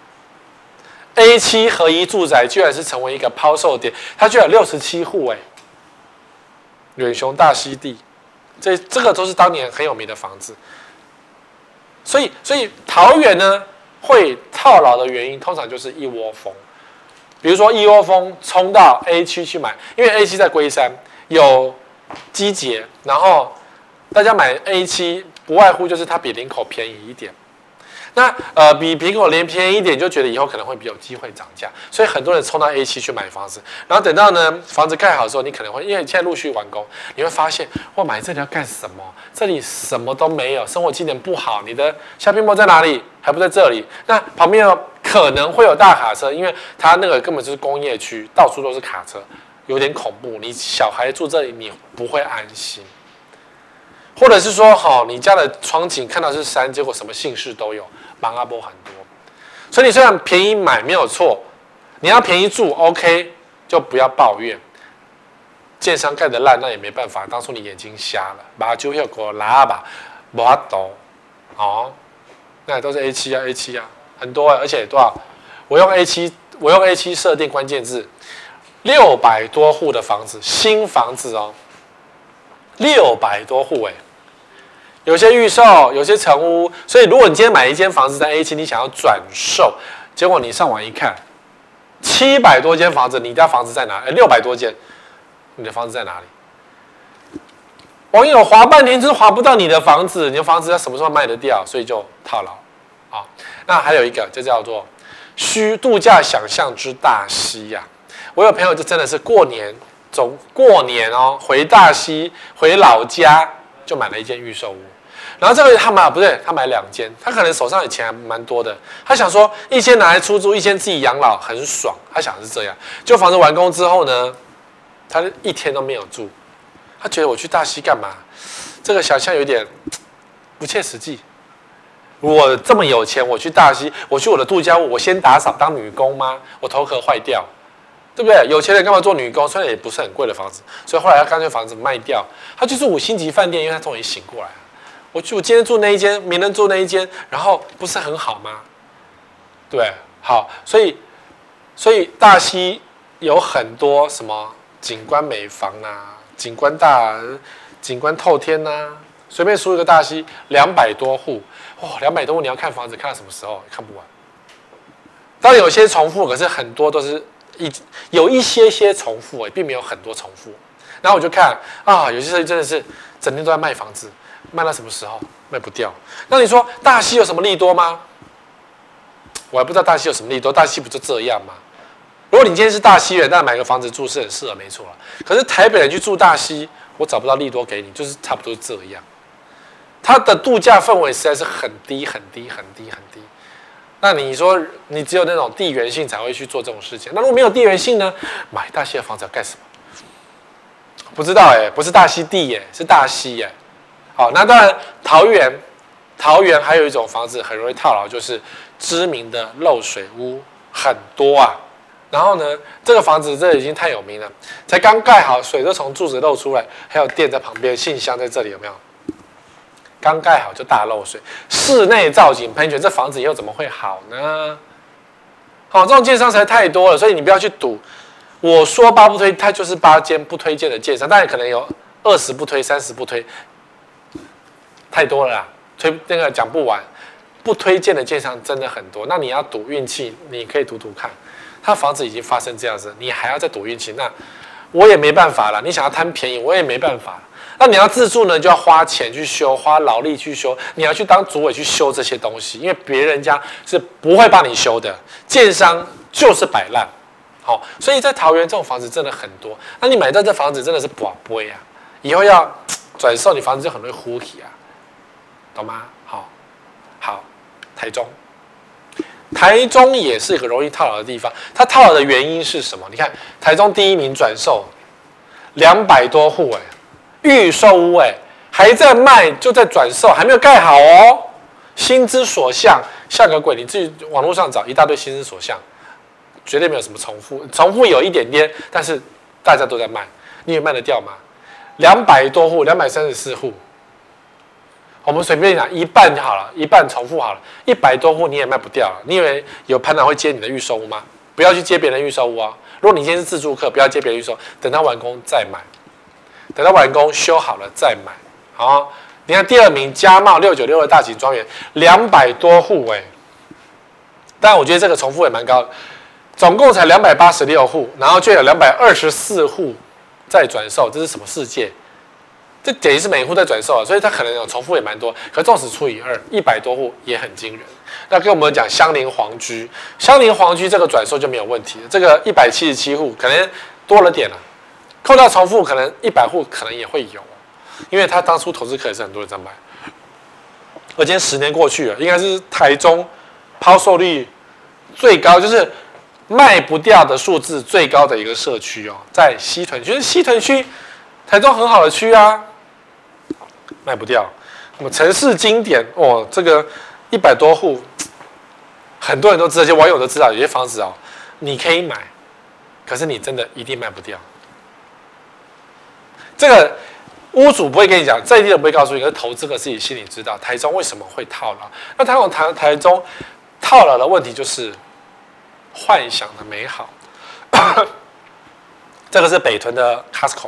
，A7 合一住宅居然是成为一个抛售点，它居然有67户哎，远雄大溪地，这个都是当年很有名的房子。所以桃园呢会套牢的原因，通常就是一窝蜂。比如说一窝蜂冲到 A 区去买，因为 A 区在龟山有机捷，然后大家买 A7不外乎就是它比林口便宜一点。那比林口便宜一点，就觉得以后可能会比有机会涨价，所以很多人冲到 A7去买房子，然后等到呢房子盖好之后，你可能会因为现在陆续完工，你会发现我买这里要干什么？这里什么都没有，生活机能不好，你的shopping mall在哪里？还不在这里。那旁边可能会有大卡车，因为它那个根本就是工业区，到处都是卡车，有点恐怖。你小孩住这里，你不会安心。或者是说，你家的窗景看到是山，结果什么姓氏都有，芒阿波很多。所以你虽然便宜买没有错，你要便宜住 OK， 就不要抱怨。建商盖得烂，那也没办法，当初你眼睛瞎了，把就要给我拉吧，没法度，那都是 A7 啊 ，A7 啊，很多而且多少？我用 A7 设定关键字，600多户的房子，新房子哦，600多户哎。有些预售，有些成屋，所以如果你今天买一间房子在 A7，你想要转售，结果你上网一看，700多间房子，你家房子在哪？600多间，你的房子在哪里？网友划半天就是划不到你的房子，你的房子要什么时候卖得掉？所以就套牢啊。那还有一个就叫做度假想象之大溪呀。我有朋友就真的是过年回大溪回老家就买了一间预售屋。然后这个他买2间，他可能手上的钱还蛮多的，他想说一间拿来出租，一间自己养老很爽，他想的是这样。就房子完工之后呢，他一天都没有住， 他觉得我去大溪干嘛？这个想象有点不切实际。我这么有钱，我去大溪，我去我的度假屋，我先打扫当女工吗？我头壳坏掉，对不对？有钱人干嘛做女工？虽然也不是很贵的房子，所以后来他干脆房子卖掉，他就住5星级饭店，因为他终于醒过来了。我今天住那一间，明天住那一间，然后不是很好吗？对，好，所以大溪有很多什么景观美房啊，景观透天啊，随便说一个大溪200多户，哇，200多户你要看房子看到什么时候？看不完。当然有些重复，可是很多都是有一些重复，并没有很多重复。然后我就看啊，有些设计真的是整天都在卖房子，卖到什么时候？卖不掉。那你说大溪有什么利多吗？我还不知道大溪有什么利多，大溪不就这样吗？如果你今天是大溪人，那买个房子住是很适合，没错啦。可是台北人去住大溪，我找不到利多给你，就是差不多这样。它的度假氛围实在是很低。那你说你只有那种地缘性才会去做这种事情，那如果没有地缘性呢？买大溪的房子要干什么？不知道不是大溪地是大溪好，那当然桃园还有一种房子很容易套牢，就是知名的漏水屋很多啊。然后呢，这个房子这已经太有名了，才刚盖好，水都从柱子漏出来，还有电在旁边，信箱在这里，有没有？刚盖好就大漏水，室内造景喷泉，这房子以后怎么会好呢？好，这种建商实在太多了，所以你不要去赌。我说8不推，它就是8间不推荐的建商，当然可能有20不推、30不推，太多了啦，那个讲不完。不推荐的建商真的很多，那你要赌运气，你可以赌赌看。他房子已经发生这样子，你还要再赌运气，那我也没办法了。你想要贪便宜，我也没办法。那你要自住呢，就要花钱去修，花劳力去修。你要去当主委去修这些东西，因为别人家是不会帮你修的，建商就是摆烂。好，所以在桃园这种房子真的很多。那你买到这房子真的是宝贝啊，以后要转售，你房子就很容易呼起啊，懂吗？好，台中也是一个容易套牢的地方。它套牢的原因是什么？你看台中第1名转售200多户预售屋还在卖，就在转售，还没有盖好哦。心之所向，像个鬼。你自己网络上找一大堆心之所向，绝对没有什么重复，重复有一点点，但是大家都在卖，你也卖得掉吗？200多户，234户。我们随便讲一半就好了，一半重复好了，100多户你也卖不掉了。你以为有盘长会接你的预售屋吗？不要去接别人的预售屋啊！如果你今天是自住客，不要接别人预售，等它完工再买，等它完工修好了再买。好，你看第2名嘉茂696的大井庄园，200多户但我觉得这个重复也蛮高的，总共才286户，然后就有224户在转售，这是什么世界？这等于是每户在转售啊，所以它可能有重复也蛮多。可纵使除以2，100多户也很惊人。那跟我们讲香林皇居这个转售就没有问题了，这个177户可能多了点了，扣掉重复可能100户可能也会有，因为他当初投资客也是很多人在买。而今天10年过去了，应该是台中抛售率最高，就是卖不掉的数字最高的一个社区哦，在西屯区。西屯区台中很好的区啊，卖不掉。那么城市经典哦，这个100多户，很多人都知道，这些网友都知道，有些房子哦，你可以买，可是你真的一定卖不掉。这个屋主不会跟你讲，在地人不会告诉你，可是投资客自己心里知道。台中为什么会套牢？那台中套牢的问题就是幻想的美好。这个是北屯的 Costco。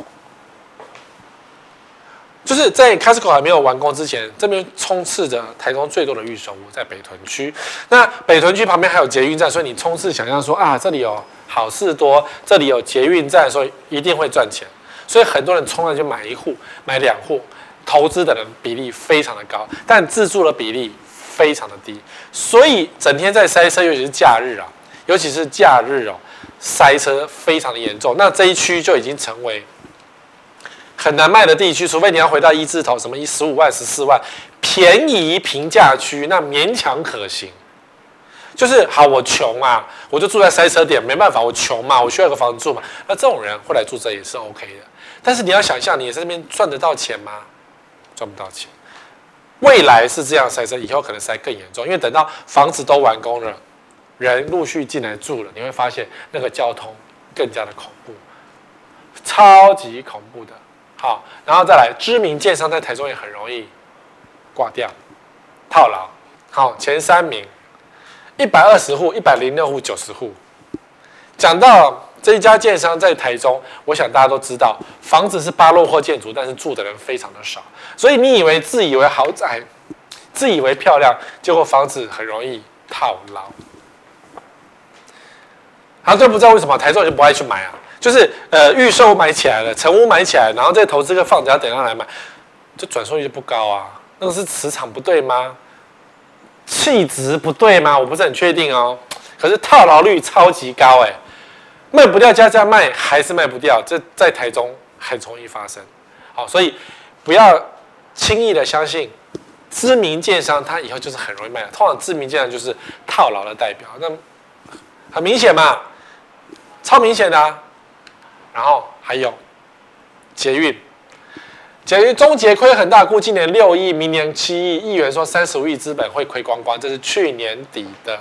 就是在 Costco 还没有完工之前，这边充斥着台中最多的预售屋，在北屯区。那北屯区旁边还有捷运站，所以你冲刺想象说啊，这里有好事多，这里有捷运站，所以一定会赚钱。所以很多人冲上去买1户、买2户，投资的人比例非常的高，但自住的比例非常的低。所以整天在塞车，尤其是假日塞车非常的严重。那这一区就已经成为很难卖的地区，除非你要回到1字头，什么15万、14万，便宜平价区，那勉强可行。就是好，我穷啊，我就住在塞车点，没办法，我穷嘛，我需要有个房子住嘛。那这种人会来住这也是 OK 的。 但是你要想象，你在这边赚得到钱吗？赚不到钱。未来是这样塞车，以后可能塞更严重，因为等到房子都完工了，人陆续进来住了，你会发现那个交通更加的恐怖，超级恐怖的。好，然后再来，知名建商在台中也很容易挂掉，套牢。好，前3名，120户、106户、90户。讲到这一家建商在台中，我想大家都知道，房子是巴洛克建筑，但是住的人非常的少，所以你自以为豪宅，自以为漂亮，结果房子很容易套牢。好，这不知道为什么台中人就不爱去买啊，就是预售买起来了，成屋买起来，然后再投资个房子要等他来买，就转售率就不高啊，那个是磁场不对吗？气质不对吗？我不是很确定哦。可是套牢率超级高哎，卖不掉加卖还是卖不掉，这在台中很容易发生。好，所以不要轻易的相信知名建商，他以后就是很容易卖的。通常知名建商就是套牢的代表，那很明显嘛，超明显的啊。然后还有捷运。中捷亏很大，估今年6亿，明年7亿，议员说35亿资本会亏光光，这是去年底的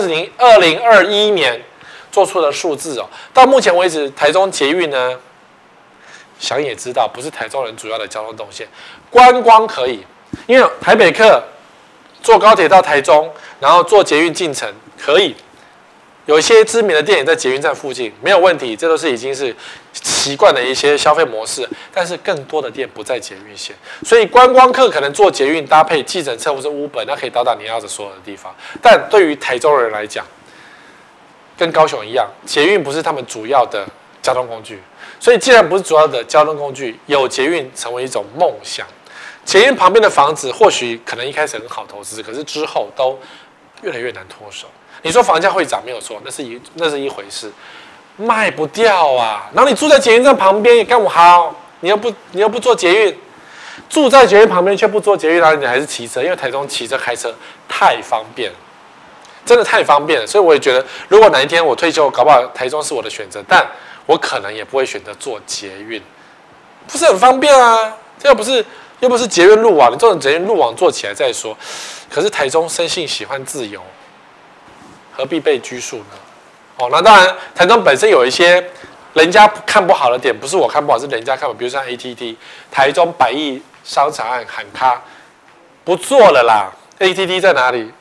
2021年做出的数字哦。到目前为止，台中捷运呢，想也知道不是台中人主要的交通动线，观光可以，因为台北客坐高铁到台中，然后坐捷运进城可以。有一些知名的店也在捷运站附近，没有问题，这都是已经是习惯的一些消费模式。但是更多的店不在捷运线，所以观光客可能坐捷运搭配计程车或者 Uber， 那可以到达你要的所有的地方。但对于台中人来讲，跟高雄一样，捷运不是他们主要的交通工具。所以既然不是主要的交通工具，有捷运成为一种梦想。捷运旁边的房子或许可能一开始很好投资，可是之后都越来越难脱手。你说房价会涨没有错，那是一回事，卖不掉啊。然后你住在捷运站旁边也干我好，你又不坐捷运，住在捷运旁边却不坐捷运，然后你还是骑车，因为台中骑车开车太方便了，真的太方便了。所以我也觉得，如果哪一天我退休，搞不好台中是我的选择，但我可能也不会选择坐捷运，不是很方便啊。这又不是捷运路网，你这种捷运路网做起来再说。可是台中生性喜欢自由。何必被拘束呢？哦，那当然，台中本身有一些人家看不好的点，不是我看不好，是人家看不好。比如像 ATT， 台中100亿商场案喊卡，不做了啦。ATT 在哪里？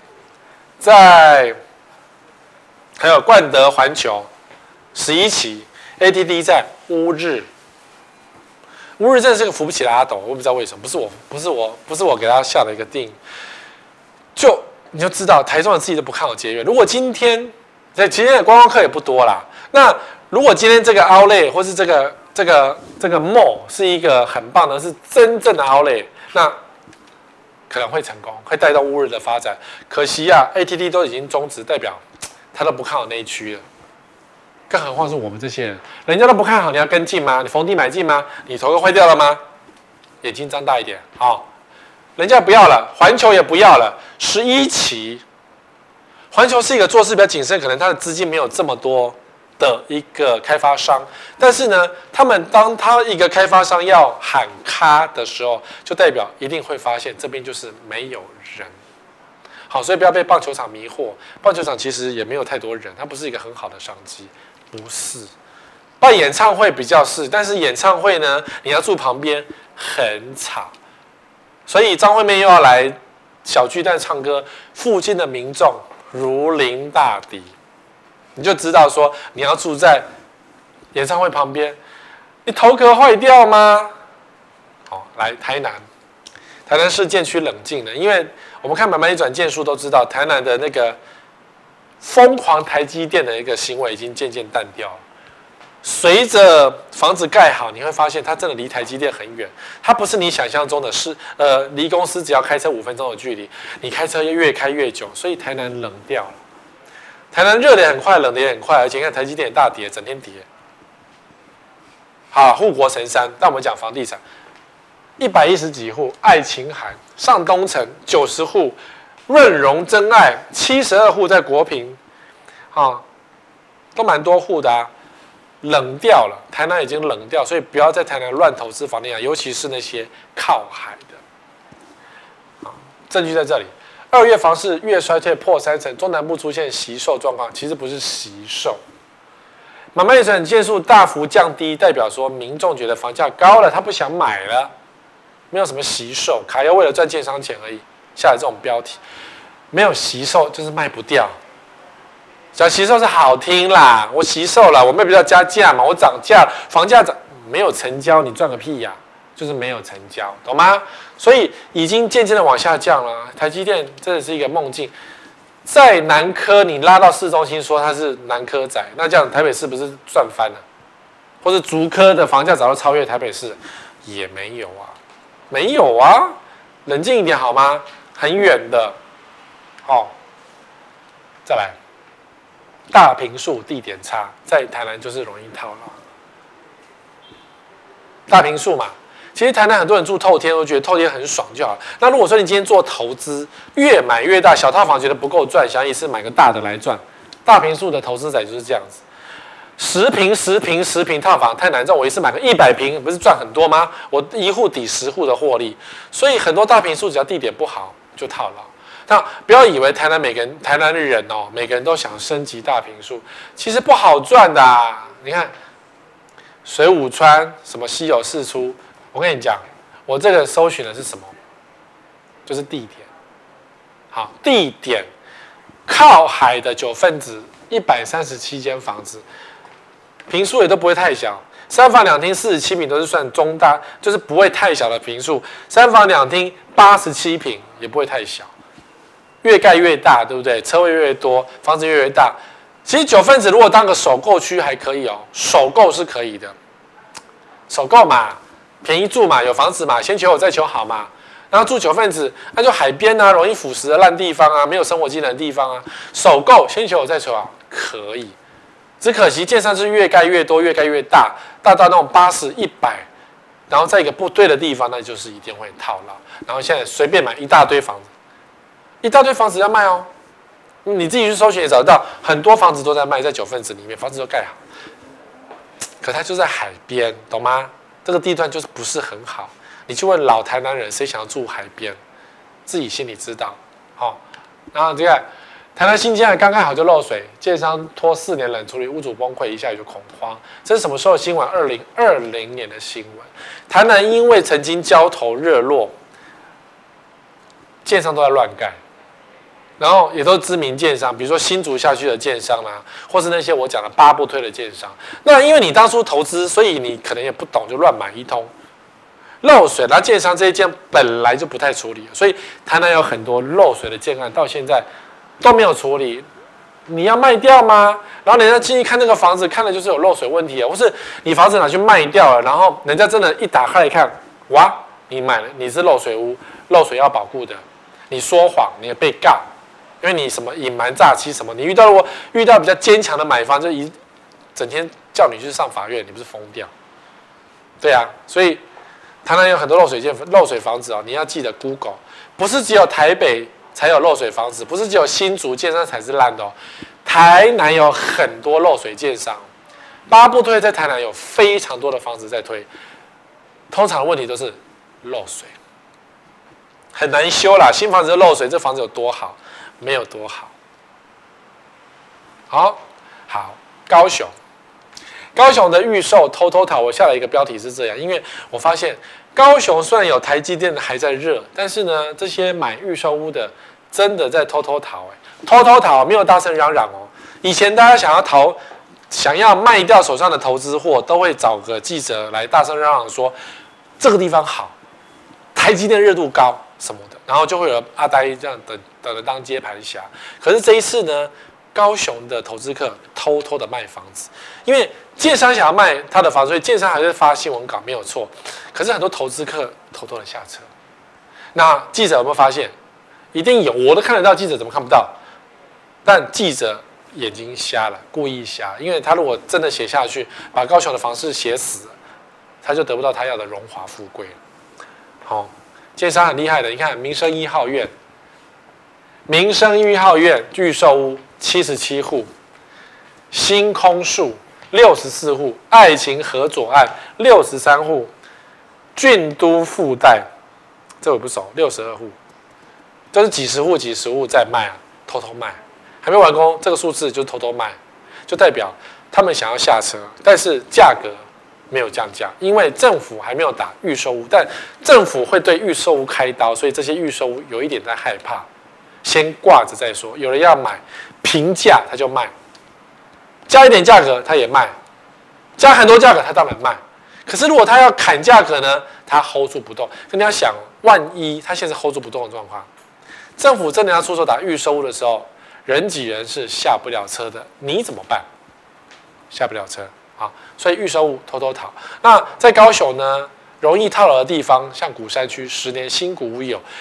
还有冠德环球11期 ，ATT 在乌日。乌日真的是个扶不起的阿斗，我不知道为什么，不是我给他下的一个定义，你就知道台中人自己都不看好捷运。如果今天的观光客也不多啦，那如果今天这个 outlet 或是这个 mall 是一个很棒的，是真正的 outlet， 那可能会成功，会带动乌日的发展。可惜啊 ，ATT 都已经终止，代表他都不看好那一区了。更何况是我们这些人，人家都不看好，你要跟进吗？你逢低买进吗？你头壳坏掉了吗？眼睛张大一点，好。人家不要了，环球也不要了。11期，环球是一个做事比较谨慎，可能他的资金没有这么多的一个开发商。但是呢，当他一个开发商要喊卡的时候，就代表一定会发现这边就是没有人。好，所以不要被棒球场迷惑。棒球场其实也没有太多人，它不是一个很好的商机，不是。办演唱会比较是，但是演唱会呢，你要住旁边很吵。所以张惠妹又要来小巨蛋唱歌，附近的民众如临大敌，你就知道说你要住在演唱会旁边，你头壳坏掉吗？好，来台南市建区冷静的，因为我们看买卖一转件数都知道，台南的那个疯狂台积电的一个行为已经渐渐淡掉了。随着房子盖好，你会发现它真的离台积电很远，它不是你想象中的是，离公司只要开车5分钟的距离，你开车越开越久，所以台南冷掉了。台南热的也很快，冷的也很快，而且你看台积电也大跌，整天跌。好，护国神山，但我们讲房地产，110几户，爱琴海、上东城90户，润荣真爱72户在国平，都蛮多户的啊。 冷掉了，台南已经冷掉，所以不要在台南乱投资房地产，尤其是那些靠海的。证据在这里，2月房市月衰退破30%，中南部出现惜售状况，其实不是惜售。买卖成件数大幅降低，代表说民众觉得房价高了，他不想买了，没有什么惜售，卡要为了赚建商钱而已，下来这种标题，没有惜售就是卖不掉。讲惜售是好听啦，我惜售了，我没有必要加价嘛，我涨价，房价涨，没有成交，你赚个屁呀，就是没有成交，懂吗？所以已经渐渐的往下降了。台积电真的是一个梦境。在南科，你拉到市中心说它是南科仔，那这样台北市不是赚翻了？或是竹科的房价早就超越台北市，也没有啊，没有啊，冷静一点好吗？很远的，哦，再来，大坪数地点差，在台南就是容易套牢。大坪数嘛。其实台南很多人住透天，都觉得透天很爽就好。那如果说你今天做投资，越买越大，小套房觉得不够赚，想一次买个大的来赚。大坪数的投资仔就是这样子，10坪套房太难赚，我一次买个100坪，不是赚很多吗？我一户抵10户的获利，所以很多大坪数只要地点不好就套牢。那不要以为台南的人哦，每个人都想升级大坪数，其实不好赚的啊。你看水舞川什么稀有释出。我跟你讲，我这个搜寻的是什么？就是地点。好，地点靠海的9份子，137间房子，坪数也都不会太小。3房2厅47坪都是算中大，就是不会太小的坪数。3房2厅87坪也不会太小，越盖越大，对不对？车位越多，房子越大。其实9份子如果当个首购区还可以哦，首购是可以的，首购嘛。便宜住嘛，有房子嘛，先求有再求好嘛。然后住9份子，那就海边啊，容易腐蚀的烂地方啊，没有生活机能的地方啊。首购先求有再求好，可以。只可惜建商是越盖越多，越盖越大，大到那种80、100，然后在一个不对的地方，那就是一定会套牢。然后现在随便买一大堆房子，一大堆房子要卖哦。你自己去搜寻也找得到，很多房子都在卖，在9份子里面，房子都盖好，可它就在海边，懂吗？这个地段就是不是很好，你去问老台南人，谁想要住海边，自己心里知道。好，然后这个台南新建刚盖好就漏水，建商拖4年冷处理，屋主崩溃，一下就恐慌。这是什么时候的新闻？2020年的新闻。台南因为曾经交投热络，建商都在乱盖，然后也都是知名建商，比如说新竹下去的建商啦，或是那些我讲的8不推的建商。那因为你当初投资，所以你可能也不懂，就乱买一通，漏水。那建商这一件本来就不太处理，所以台南有很多漏水的建案，到现在都没有处理。你要卖掉吗？然后人家进去看那个房子，看的就是有漏水问题啊，或是你房子拿去卖掉了，然后人家真的一打开来看，哇，你买了，你是漏水屋，漏水要保固的，你说谎，你也被告。因为你什么隐瞒诈欺什么，你遇到比较坚强的买方，就整天叫你去上法院，你不是疯掉？对啊，所以台南有很多漏水房子哦，你要记得 Google， 不是只有台北才有漏水房子，不是只有新竹建商才是烂的哦，台南有很多漏水建商，8不推在台南有非常多的房子在推，通常的问题都是漏水，很难修啦，新房子就漏水，这房子有多好？没有多好。好，高雄的预售偷逃，我下了一个标题是这样，因为我发现高雄虽然有台积电还在热，但是呢，这些买预售屋的真的在偷逃，没有大声嚷嚷哦。以前大家想要卖掉手上的投资货，都会找个记者来大声嚷嚷说这个地方好，台积电热度高什么的，然后就会有阿呆这样等着当接盘侠。可是这一次呢，高雄的投资客偷偷的卖房子，因为建商想要卖他的房子，所以建商还是发新闻稿没有错。可是很多投资客偷偷的下车。那记者有没有发现？一定有，我都看得到，记者怎么看不到？但记者眼睛瞎了，故意瞎，因为他如果真的写下去，把高雄的房市写死，他就得不到他要的荣华富贵了。好，建商很厉害的，你看民生1号院预售屋77户，新空数 64户，爱情河左岸63户，郡都附带，这我不熟，62户，都是几十户在卖啊，偷偷卖，还没完工，这个数字就偷偷卖，就代表他们想要下车，但是价格没有降价，因为政府还没有打预售屋，但政府会对预售屋开刀，所以这些预售屋有一点在害怕，先挂着再说。有人要买，平价他就卖，加一点价格他也卖，加很多价格他当然卖。可是如果他要砍价格呢，他 hold 住不动。可你要想，万一他现在 hold 住不动的状况，政府真的要出手打预售屋的时候，人挤人是下不了车的，你怎么办？下不了车。好，所以预售屋偷偷逃。那在高雄呢，容易套牢的地方，像鼓山区10年新古屋有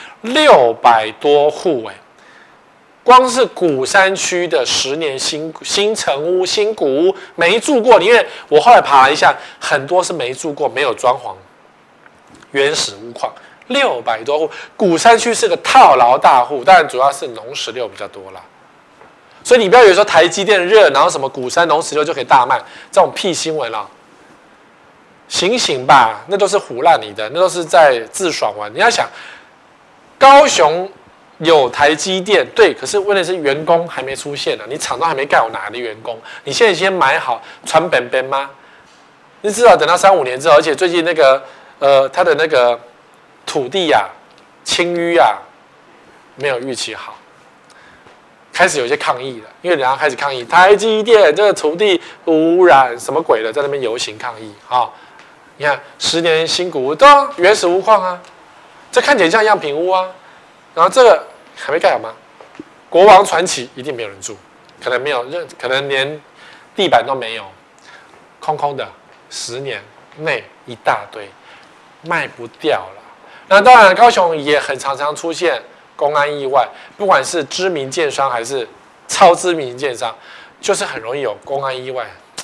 600多户哎，光是鼓山区的10年新成屋、新古屋没住过，因为我后来爬了一下，很多是没住过，没有装潢，原始屋况，600多户。鼓山区是个套牢大户，当然主要是农16比较多啦。所以你不要以为说台积电热，然后什么鼓山农16就可以大卖，这种屁新闻啦！醒醒吧，那都是唬烂你的，那都是在自爽玩。你要想，高雄有台积电，对，可是问题是员工还没出现呢，你厂都还没盖，有哪来的员工？你现在先买好传本本吗？你至少等到3、5年之后，而且最近那个它的那个土地啊、清淤啊，没有预期好。开始有一些抗议了，因为人家开始抗议台积电这个土地污染什么鬼的，在那边游行抗议啊、哦！你看10年新古屋，对啊，原始屋况啊，这看起来像样品屋啊。然后这个还没盖好吗？国王传奇一定没有人住，可能没有可能连地板都没有，空空的，10年内一大堆，卖不掉了。那当然，高雄也很常出现公安意外，不管是知名建商还是超知名建商，就是很容易有公安意外。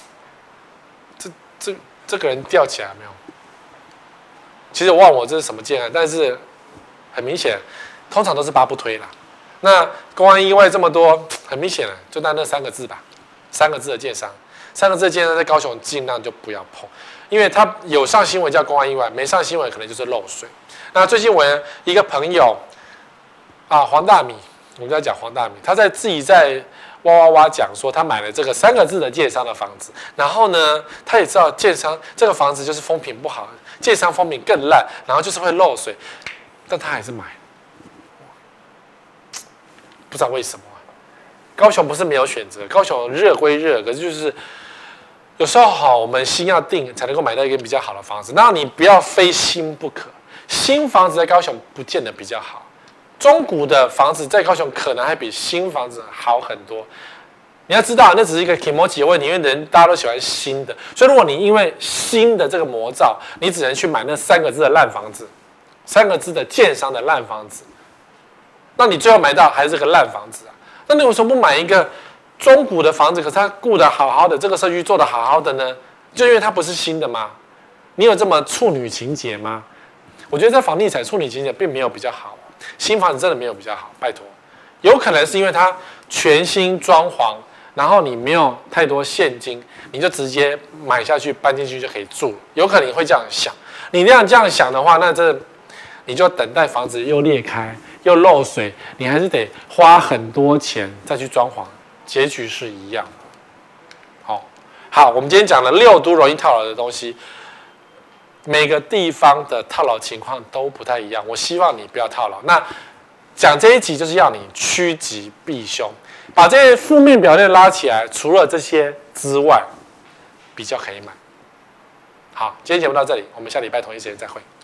这个人吊起来没有？其实我忘了我这是什么建案，但是很明显，通常都是8不推啦。那公安意外这么多，很明显了，就那3个字吧，3个字的建商，3个字的建商在高雄尽量就不要碰，因为他有上新闻叫公安意外，没上新闻可能就是漏水。那最近我一个朋友。黄大米，我们在讲黄大米，他自己在哇讲说，他买了这个3个字的建商的房子，然后呢，他也知道建商这个房子就是风评不好，建商风评更烂，然后就是会漏水，但他还是买，不知道为什么。高雄不是没有选择，高雄热归热，可是就是有时候好，我们心要定才能够买到一个比较好的房子，那你不要非新不可，新房子在高雄不见得比较好。中古的房子在高雄可能还比新房子好很多。你要知道，那只是一个 kimochi 的问题，因为大家都喜欢新的，所以如果你因为新的这个魔造，你只能去买那3个字的烂房子，3个字的建商的烂房子，那你最后买到还是这个烂房子啊？那你为什么不买一个中古的房子，可是它顾得好好的，这个社区做得好好的呢？就因为它不是新的吗？你有这么处女情节吗？我觉得在房地产处女情节并没有比较好。新房子真的没有比较好，拜托，有可能是因为它全新装潢，然后你没有太多现金，你就直接买下去搬进去就可以住了，有可能你会这样想。你这样想的话，那你就等待房子又裂开又漏水，你还是得花很多钱再去装潢，结局是一样的。好，我们今天讲了6都容易套牢的东西。每个地方的套牢情况都不太一样，我希望你不要套牢。那讲这一集就是要你趋吉避凶，把这些负面表现拉起来，除了这些之外，比较可以买。好，今天节目到这里，我们下礼拜同一时间再会。